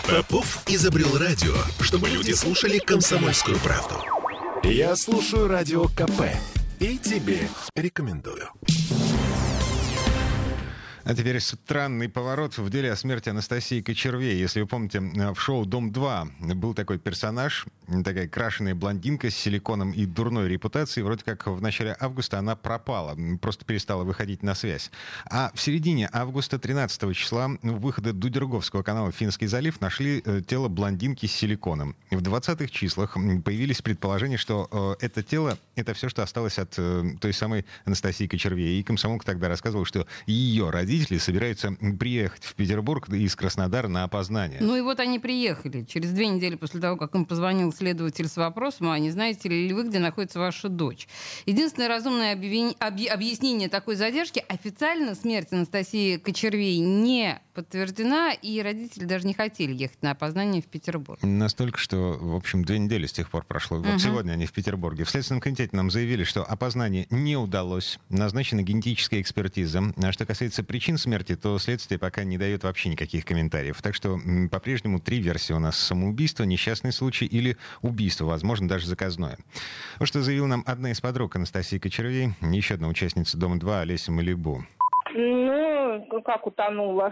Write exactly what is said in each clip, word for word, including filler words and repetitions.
Попов изобрел радио, чтобы люди слушали «Комсомольскую правду». Я слушаю Радио КП и тебе рекомендую. А теперь странный поворот в деле о смерти Анастасии Кочервей. Если вы помните, в шоу «Дом-два» был такой персонаж, такая крашеная блондинка с силиконом и дурной репутацией. Вроде как в начале августа она пропала, просто перестала выходить на связь. А в середине августа, тринадцатого числа, у выхода Дудерговского канала «Финский залив» нашли тело блондинки с силиконом. В двадцатых числах появились предположения, что это тело — это все, что осталось от той самой Анастасии Кочервей. И комсомолка тогда рассказывала, что ее родители собираются приехать в Петербург из Краснодара на опознание. Ну и вот они приехали. Через две недели после того, как им позвонил следователь с вопросом: а не знаете ли вы, где находится ваша дочь? Единственное разумное объяв... объяснение такой задержки: официально смерть Анастасии Кочервей не подтверждена, и родители даже не хотели ехать на опознание в Петербург. Настолько, что, в общем, две недели с тех пор прошло. Вот угу. Сегодня они в Петербурге. В Следственном комитете нам заявили, что опознание не удалось. Назначена генетическая экспертиза. А что касается причин смерти, то следствие пока не дает вообще никаких комментариев. Так что м, по-прежнему три версии у нас: самоубийство, несчастный случай или убийство, возможно, даже заказное. Вот что заявила нам одна из подруг Анастасии Кочервей, еще одна участница «Дома-два» Олеся Малибу. Ну, как утонула.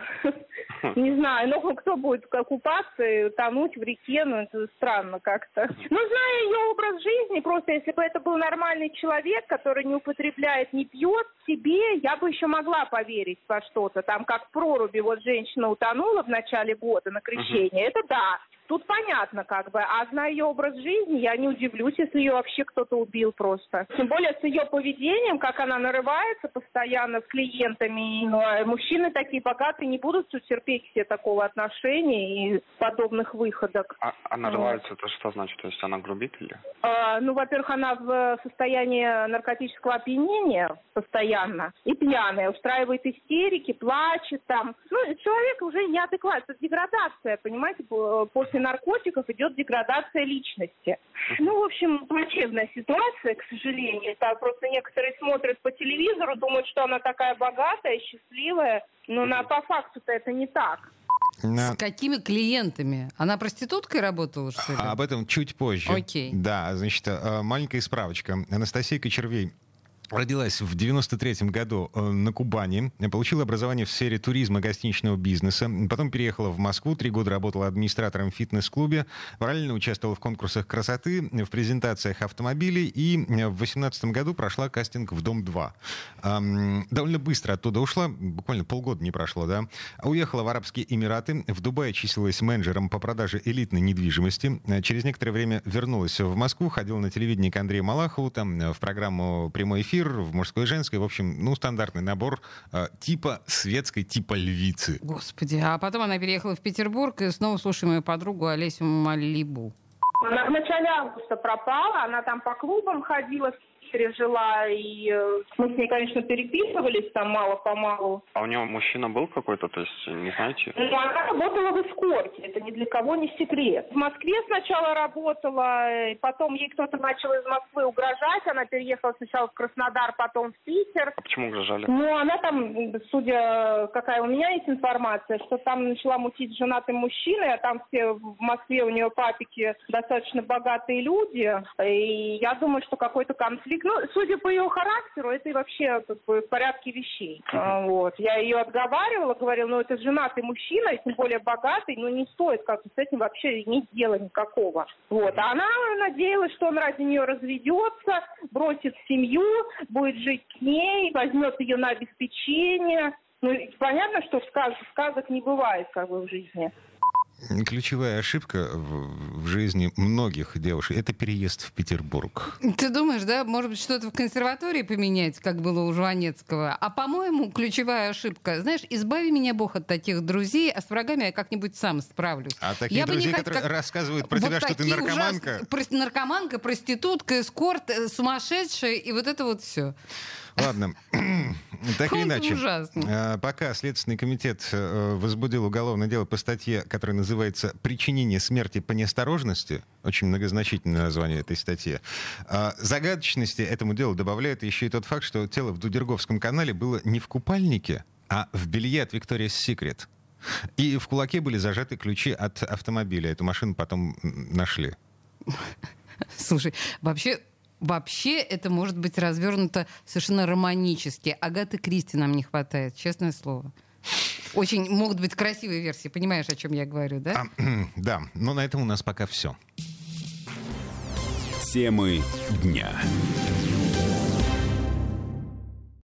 Не знаю, ну кто будет купаться и утонуть в реке, ну это странно как-то. Ну, зная ее образ жизни, просто если бы это был нормальный человек, который не употребляет, не пьет, себе я бы еще могла поверить во что-то. Там как в проруби, вот женщина утонула в начале года на крещение, это да. Тут понятно как бы, а зная ее образ жизни, я не удивлюсь, если ее вообще кто-то убил просто. Тем более с ее поведением, как она нарывается постоянно с клиентами. Ну, мужчины такие богатые не будут терпеть все такого отношения и подобных выходок. А, а нарывается, вот. Это что значит? То есть она грубит или? А, ну, во-первых, она в состоянии наркотического опьянения постоянно и пьяная, устраивает истерики, плачет там. Ну, человек уже неадекватный, это деградация, понимаете, после наркотиков идет деградация личности. Ну, в общем, плачевная ситуация, к сожалению. Это просто некоторые смотрят по телевизору, думают, что она такая богатая, счастливая, но на, по факту-то это не так. На... С какими клиентами? Она проституткой работала, что ли? А, об этом чуть позже. Окей. Да, значит, маленькая справочка. Анастасия Кочервей родилась в девяносто третьем году на Кубани, получила образование в сфере туризма, гостиничного бизнеса, потом переехала в Москву, три года работала администратором в фитнес-клубе, параллельно участвовала в конкурсах красоты, в презентациях автомобилей и в две тысячи восемнадцатом году прошла кастинг в «Дом-два». Эм, довольно быстро оттуда ушла, буквально полгода не прошло, да. Уехала в Арабские Эмираты, в Дубае числилась менеджером по продаже элитной недвижимости. Через некоторое время вернулась в Москву, ходила на телевидение к Андрею Малахову, там в программу «Прямой эфир», в мужской и женской, в общем, ну, стандартный набор э, типа светской, типа львицы. Господи, а потом она переехала в Петербург, и снова слушаем мою подругу Олесю Малибу. Она в начале августа пропала, она там по клубам ходила, жила, и мы с ней, конечно, переписывались там мало-помалу. А у нее мужчина был какой-то, то есть, не знаете? Ну, она работала в эскорте, это ни для кого не секрет. В Москве сначала работала, и потом ей кто-то начал из Москвы угрожать, она переехала сначала в Краснодар, потом в Питер. А почему угрожали? Ну, она там, судя, какая у меня есть информация, что там начала мутить с женатым мужчиной, а там все в Москве у нее папики достаточно богатые люди, и я думаю, что какой-то конфликт. Ну, судя по ее характеру, это и вообще как бы, в порядке вещей. Uh-huh. Вот. Я ее отговаривала, говорила, ну это женатый мужчина, и тем более богатый, ну не стоит как-то с этим вообще иметь дела никакого. Вот. А она надеялась, что он ради нее разведется, бросит семью, будет жить с ней, возьмет ее на обеспечение. Ну, понятно, что сказ- сказок не бывает как бы в жизни. Ключевая ошибка в, в жизни многих девушек — это переезд в Петербург. Ты думаешь, да? Может быть, что-то в консерватории поменять, как было у Жванецкого? А, по-моему, ключевая ошибка, знаешь, избави меня Бог от таких друзей, а с врагами я как-нибудь сам справлюсь. А такие я друзья, бы которые как... рассказывают про вот тебя, что ты наркоманка? Ужас... Наркоманка, проститутка, эскорт, сумасшедшая, и вот это вот все. Ладно, так или иначе. Ужасно. Пока Следственный комитет возбудил уголовное дело по статье, которая называется «Причинение смерти по неосторожности», очень многозначительное название этой статьи, загадочности этому делу добавляет еще и тот факт, что тело в Дудерговском канале было не в купальнике, а в белье от Victoria's Secret. И в кулаке были зажаты ключи от автомобиля. Эту машину потом нашли. Слушай, вообще... Вообще это может быть развернуто совершенно романически. Агаты Кристи нам не хватает, честное слово. Очень могут быть красивые версии. Понимаешь, о чем я говорю, да? А, да, но на этом у нас пока все. Темы дня.